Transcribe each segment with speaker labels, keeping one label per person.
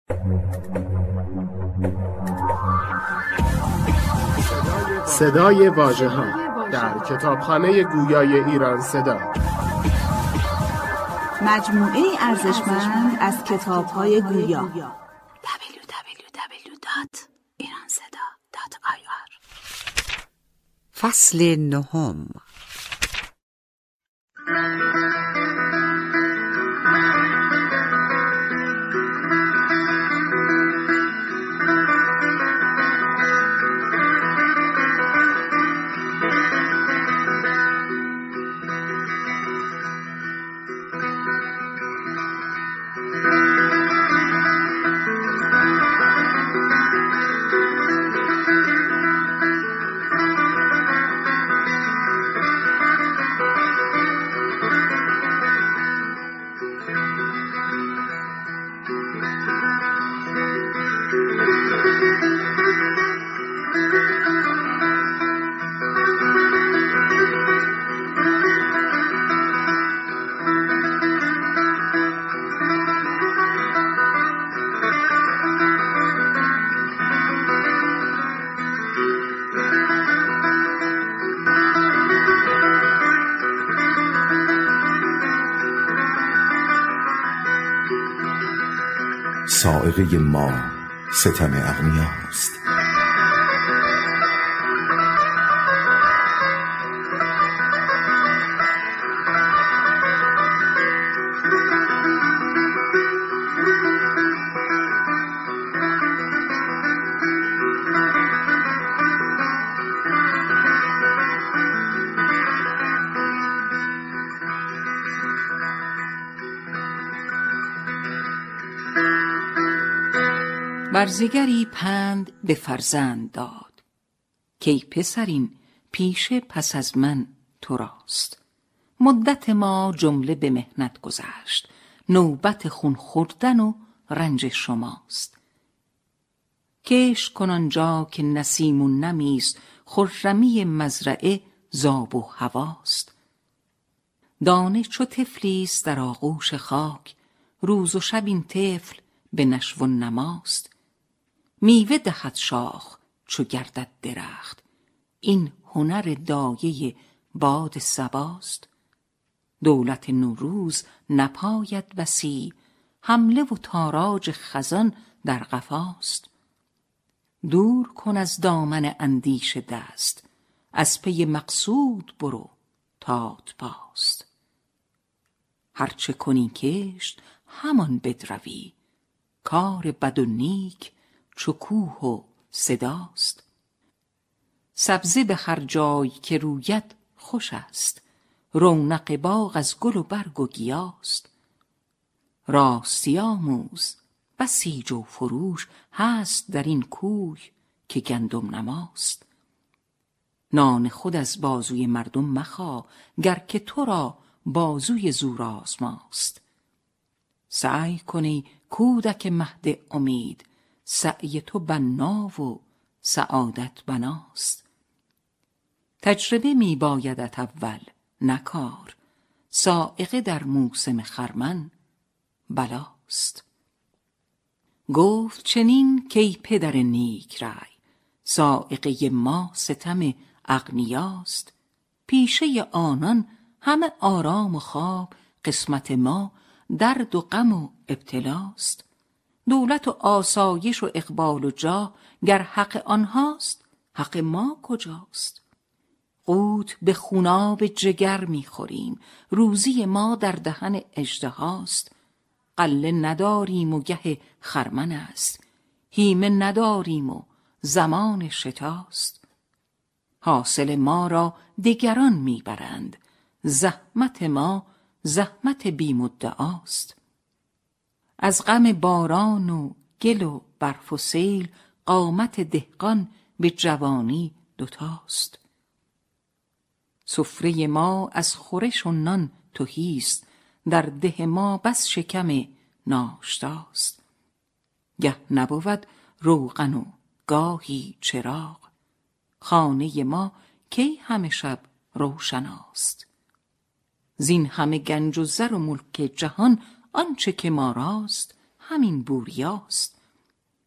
Speaker 1: صدای واژه‌ها در کتابخانه گویای ایران صدا،
Speaker 2: مجموعه ارزشمند از کتاب‌های گویا. www.iranseda.ir.
Speaker 3: فصل 9.
Speaker 4: صاعقه ما ستم اغنیاست.
Speaker 5: برزگری پند به فرزند داد که ای پسرین پیشه پس از من تو راست. مدت ما جمله به محنت گذشت، نوبت خون خوردن و رنج شماست. کشت کن آنجا که نسیم و نمیست، خرمی مزرعه زاب و هواست. دانه چو طفلیست در آغوش خاک، روز و شب این طفل به نشو و نماست. میوه دهد شاخ چو گردد درخت، این هنر دایه باد صباست. دولت نوروز نپاید وسیع، حمله و تاراج خزان در قفاست. دور کن از دامن اندیشه دست، از پی مقصود برو تات باست. هرچه کنی کشت همان بدروی، کار بد و نیک چو کوه و صداست. سبزه به هر جای که روید خوش است، رونق باغ از گل و برگ و گیاست. راستی آموز بسی جو فروش هست در این کوی که گندم نماست. نان خود از بازوی مردم مخواه، گر که تو را بازوی زور آزماست. سعی کنی کودک مهد امید، سعی تو بنا و سعادت بناست. تجربه می بایدت اول نه کار، صاعقه در موسم خرمن بلاست. گفت چنین که ای پدر نیک رای، صاعقه ما ستم اغنیاست. پیشه آنان همه آرام و خواب، قسمت ما درد و غم و ابتلاست. دولت و آسایش و اقبال و جاه، گر حق آنهاست حق ما کجاست؟ قوت به خوناب جگر میخوریم، روزی ما در دهن اژدهاست. غله نداریم و گه خرمن است، هیمه نداریم و زمان شتاست. حاصل ما را دگران میبرند، زحمت ما زحمت بی مدعاست. از غم باران و گل و برف و سیل، قامت دهقان به جوانی دوتاست. سفره ما از خورش و نان تهیست، در ده ما بس شکم ناشتاست. گه نبود روغن و گاهی چراغ، خانه ما کی همه شب روشناست. زین همه گنج و زر و ملک جهان، آنچه که ما راست همین بوریاست.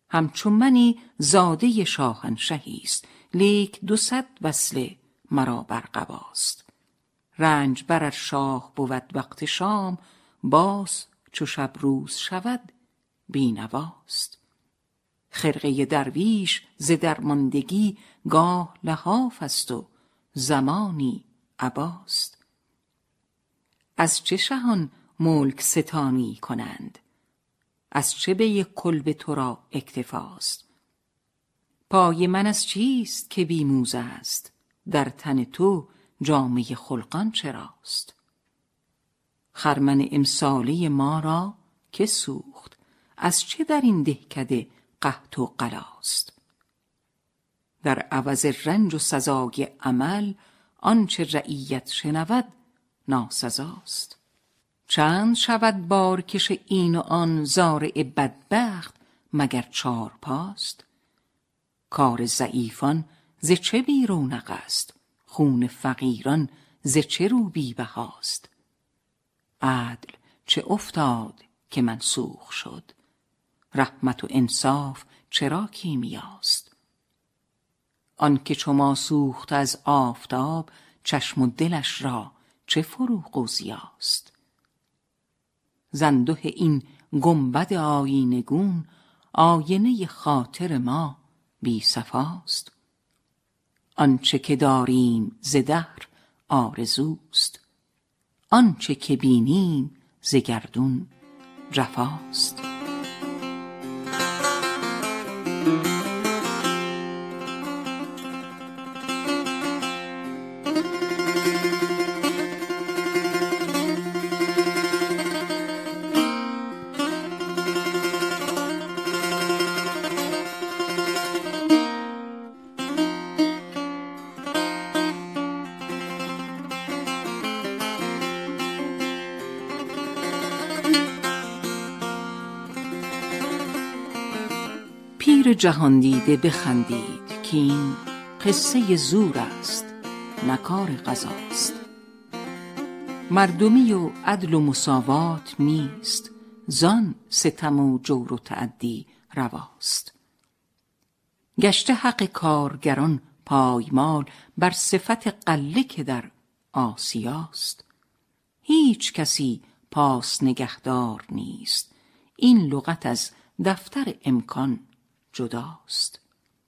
Speaker 5: همچون منی زاده شاهنشهی است، لیک 200 وصله مرا بر قباست. رنج بر شاه بود وقت شام، باز چو شب روز شود بینواست. خرقه درویش ز درماندگی، گاه لحاف است و زمانی عباست. از چه شهان ملک ستانی کنند، از چه به یک کلبه تو را اکتفاست. پای من از چیست که بیموز است، در تن تو جامه خلقان چراست. خرمن امساله ما را که سوخت، از چه در این دهکده قحط و غلاست. در عوض رنج و سزای عمل، آنچه رعیت شنود ناسزاست. چند شود بارکش این و آن، زارع بدبخت مگر 4 پاست. کار ضعیفان ز چه بی رونق است، خون فقیران ز چه رو بی بهاست. عدل چه افتاد که منسوخ شد، رحمت و انصاف چرا کیمیاست. آن که چو ما سوخت از آفتاب، چشم و دلش را چه فروغ و ضیاست. زنده این گنبد آیینه گون، آینه خاطر ما بی صفاست. آنچه که داریم ز دهر آرزوست، آنچه که بینیم ز گردون جفاست. پیر جهان دیده بخندید کین قصه زور است نه کار قضاست. مردمی و عدل و مساوات نیست، زان ستم و جور و تعدی رواست. گشته حق کارگران پایمال، بر صفت قله که در آسیاست. هیچ کسی پاس نگهدار نیست، این لغت از دفتر امکان جداست.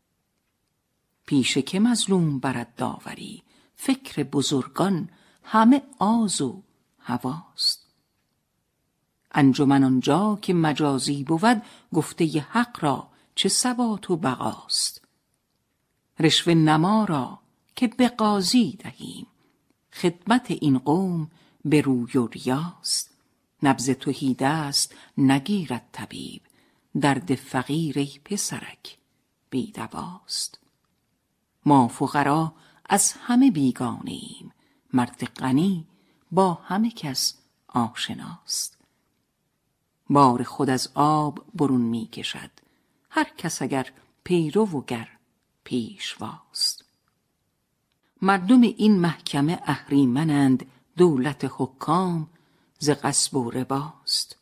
Speaker 5: پیش که مظلوم برد داوری، فکر بزرگان همه آز و هواست. انجمن آنجا که مجازی بود، گفته ی حق را چه ثبات و بقاست. رشوه نما را که به قاضی دهیم، خدمت این قوم به روی و ریاست. نبض تهی دست نگیرد طبیب، درد فقیر ای پسرک بی دواست. ما فقرا از همه بیگانه ایم، مرد غنی با همه کس آشناست. بار خود از آب برون می کشد، هر کس اگر پیرو و گر پیشواست. مردم این محکمه اهریمنند، دولت حکام ز غصب و رباست.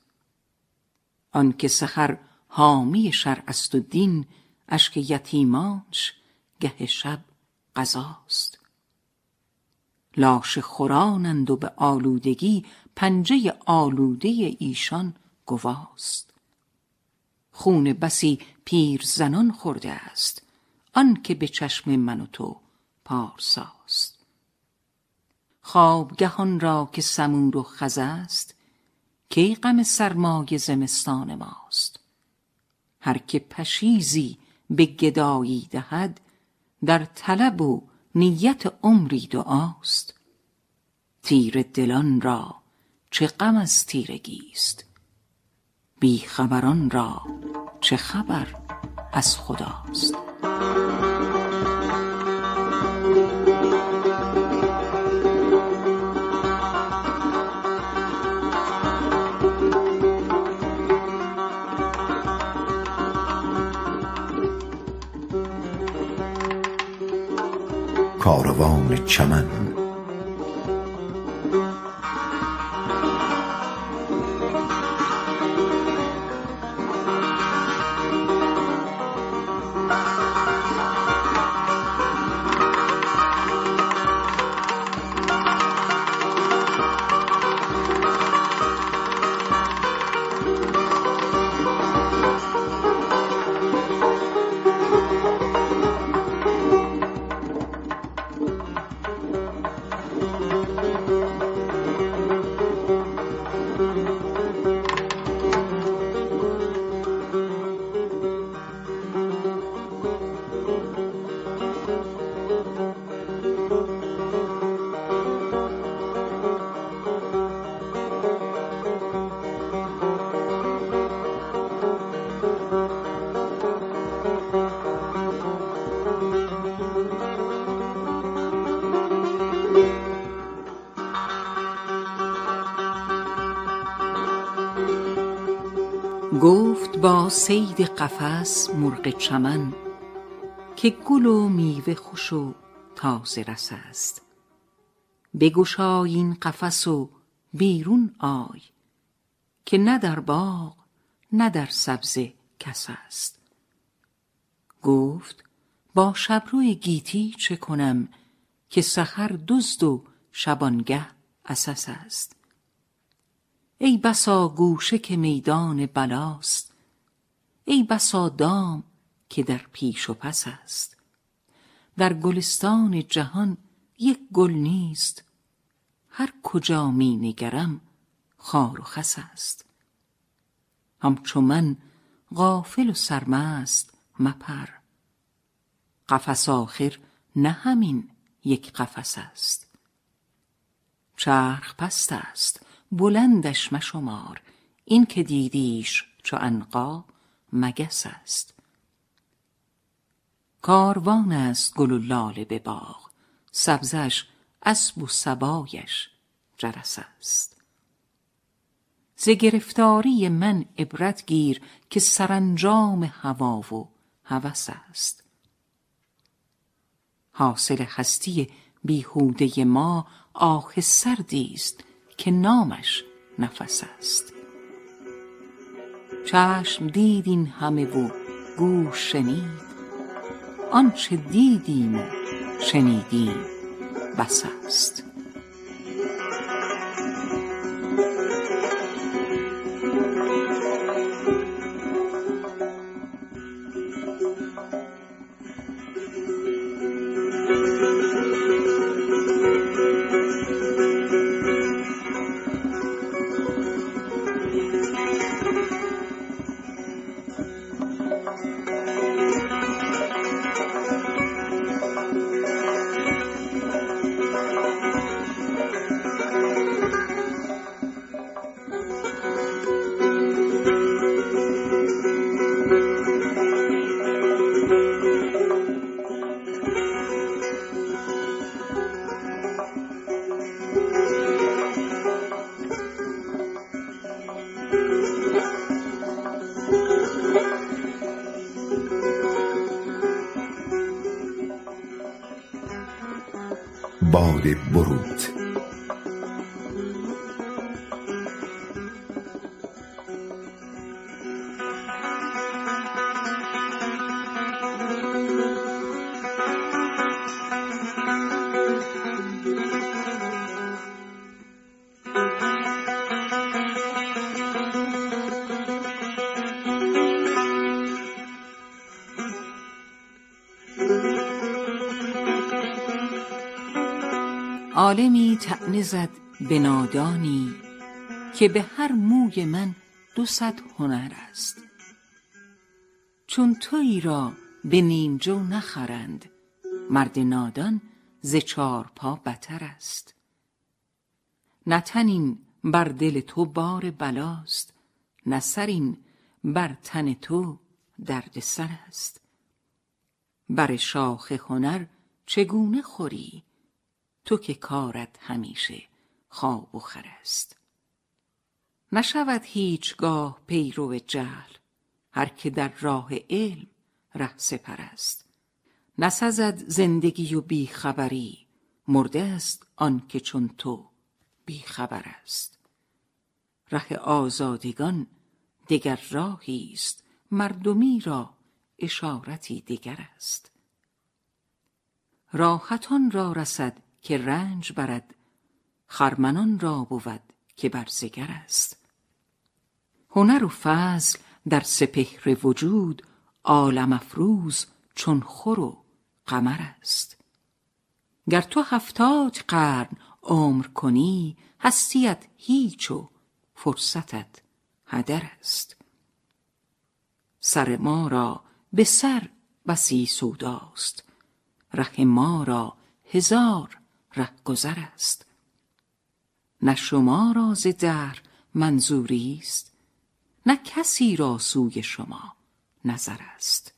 Speaker 5: آن که سحر حامی شرع است و دین، اشک یتیمانش گه شب قضاست. لاش خورانند و به آلودگی، پنجه آلوده ایشان گواست. خون بسی پیرزنان خورده است، آن که به چشم من و تو پارساست. خوابگهان را که سمور و خز است، کی غم سرمای زمستان ماست. هر که پشیزی به گدایی دهد، در طلب و نیت عمری دعاست. تیر دلان را چه غم از تیرگیست، بی خبران را چه خبر از خداست.
Speaker 4: کاروان چمن.
Speaker 5: گفت با صید قفس مرغ چمن، که گل و میوه خوش و تازه رس است. بگشای این قفس و بیرون آی، که نه در باغ نه در سبزه کس است. گفت با شبرو گیتی چه کنم، که سحر دزد و شبانگه عسس است. ای بسا گوشه که میدان بلاست، ای بسا دام که در پیش و پس است. در گلستان جهان یک گل نیست، هر کجا می نگرم خار و خس است. همچو من غافل و سرمست مپر، قفس آخر نه همین یک قفس است. چرخ پست است بلندش مشمار، این که دیدیش چو عنقا مگس است. کاروان است گل و لاله به باغ، سبزش اسب و سبایش جرس است. ز گرفتاری من عبرت گیر، که سرانجام هوا و هوس است. حاصل هستی بیهوده ما آه سردی است، که نامش نفس است. چشم دید این همه و گوش شنید، آنچه دیدیم و شنیدیم بس است.
Speaker 4: باد بروت.
Speaker 5: عالمی طعنه زد به نادانی، که به هر موی من 200 هنر است. چون تویی را به نیم جو نخرند، مرد نادان ز 4 پا بتر است. نه تنین بر دل تو بار بلاست، نه سرین بر تن تو درد سر است. بر شاخ هنر چگونه خوری، تو که کارت همیشه خواب و خور است. نشود هیچگاه پیرو جهل، هر که در راه علم ره سپر است. نسزد زندگی و بیخبری، مرده است آن که چون تو بیخبر است. ره آزادگان دگر راهی است، مردمی را اشارتی دگر است. راحتان را رسد که رنج برد، خرمنان را بود که بر زگر است. هنر و فضل در سپهر وجود، عالم افروز چون خور و قمر است. گر تو 70 قرن عمر کنی، هستیت هیچ و فرصتت هدر است. سر ما را به سر بسی سوداست، ره ما را 1000 رهگذر است. نه شما را ز دهر منظوری است، نه کسی را سوی شما نظر است.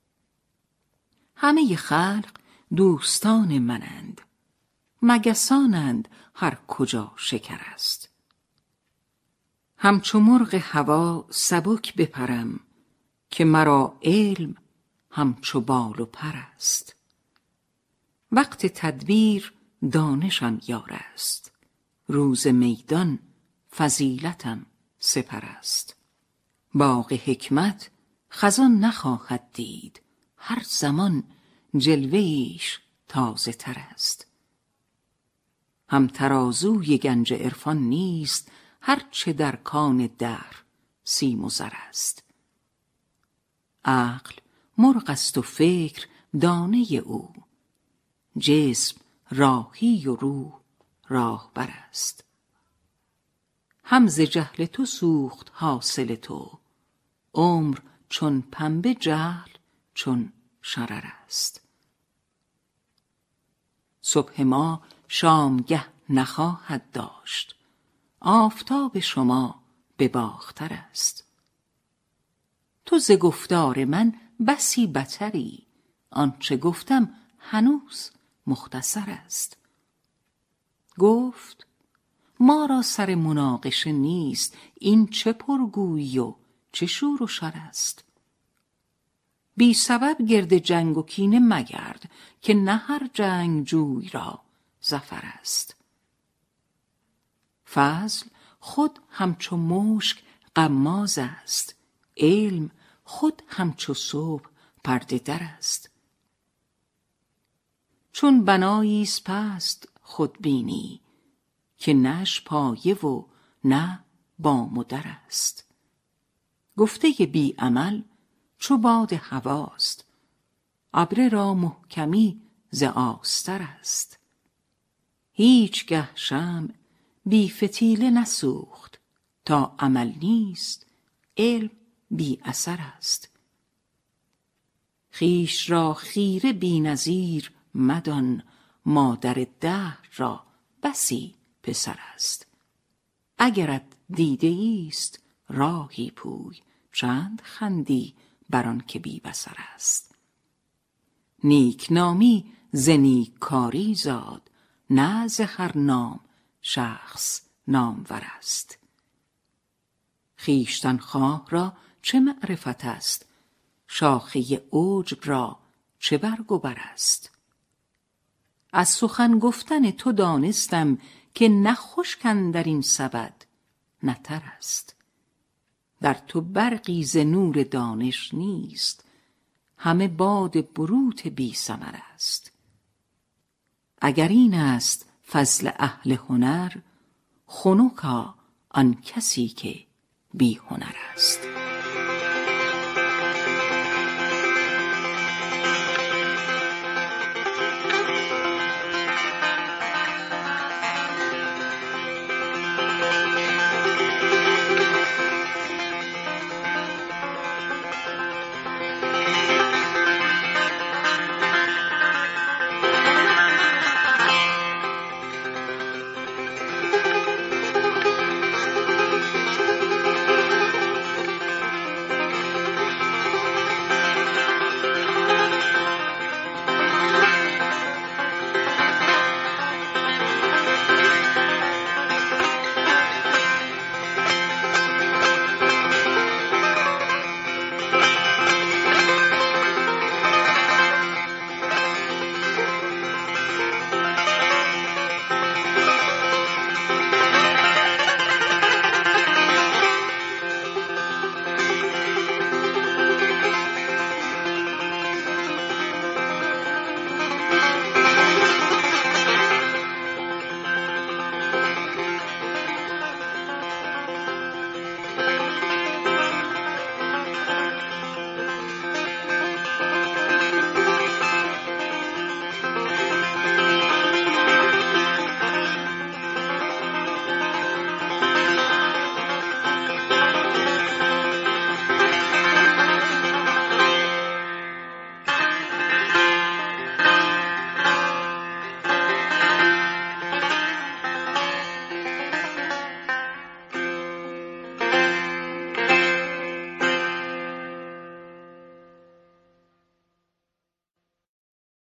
Speaker 5: همه خلق دوستان منند، مگسانند هر کجا شکر است. همچو مرغ هوا سبک بپرم، که مرا علم همچو بال و پر است. وقت تدبیر دانشم یار است، روز میدان فضیلتم سپر است. باغ حکمت خزان نخواهد دید، هر زمان جلوه ایش تازه تر است. هم ترازوی گنج عرفان نیست، هر چه در کان دهر سیم و زر است. عقل مرغ است و فکر دانه او، جسم راهی و روح راهبر است. هم ز جهل تو سوخت حاصل تو، عمر چون پنبه جهل چون شرر است. صبح ما شامگه نخواهد داشت، آفتاب شما به باختر است. تو ز گفتار من بسی بتری، آنچه گفتم هنوز مختصر است. گفت ما را سر مناقشه نیست، این چه پرگویی و چه شور و شر است. بی سبب گرد جنگ و کینه مگرد، که نه هر جنگ جوی را ظفر است. فضل خود همچو مشک غماز است، علم خود همچو صبح پرده در است. چون بنایی است پست خود بینی، که نه‌اش پایه و نه بام و در است. گفته بی عمل چو باد هواست، ابره را محکمی ز آستر است. هیچگه شمع بی فتیله نسوخت، تا عمل نیست علم بی اثر است. خویش را خیره بی نظیر مدان، مادر دهر را بسی پسر است. اگرت دیده ایست راهی پوی، چند خندی بر آن که بی بصر است. نیکنامی ز نیککاری زاد، نه ز هر نام شخص نامور است. خویشتن خواه را چه معرفت است، شاخه عجب را چه برگ و بر است. از سخن گفتن تو دانستم، که نه خشک اندر این سبد نه تر است. در تو برقی ز نور دانش نیست، همه باد بروت بی ثمر است. اگر این است فضل اهل هنر، خنکا آن کسی که بی هنر است.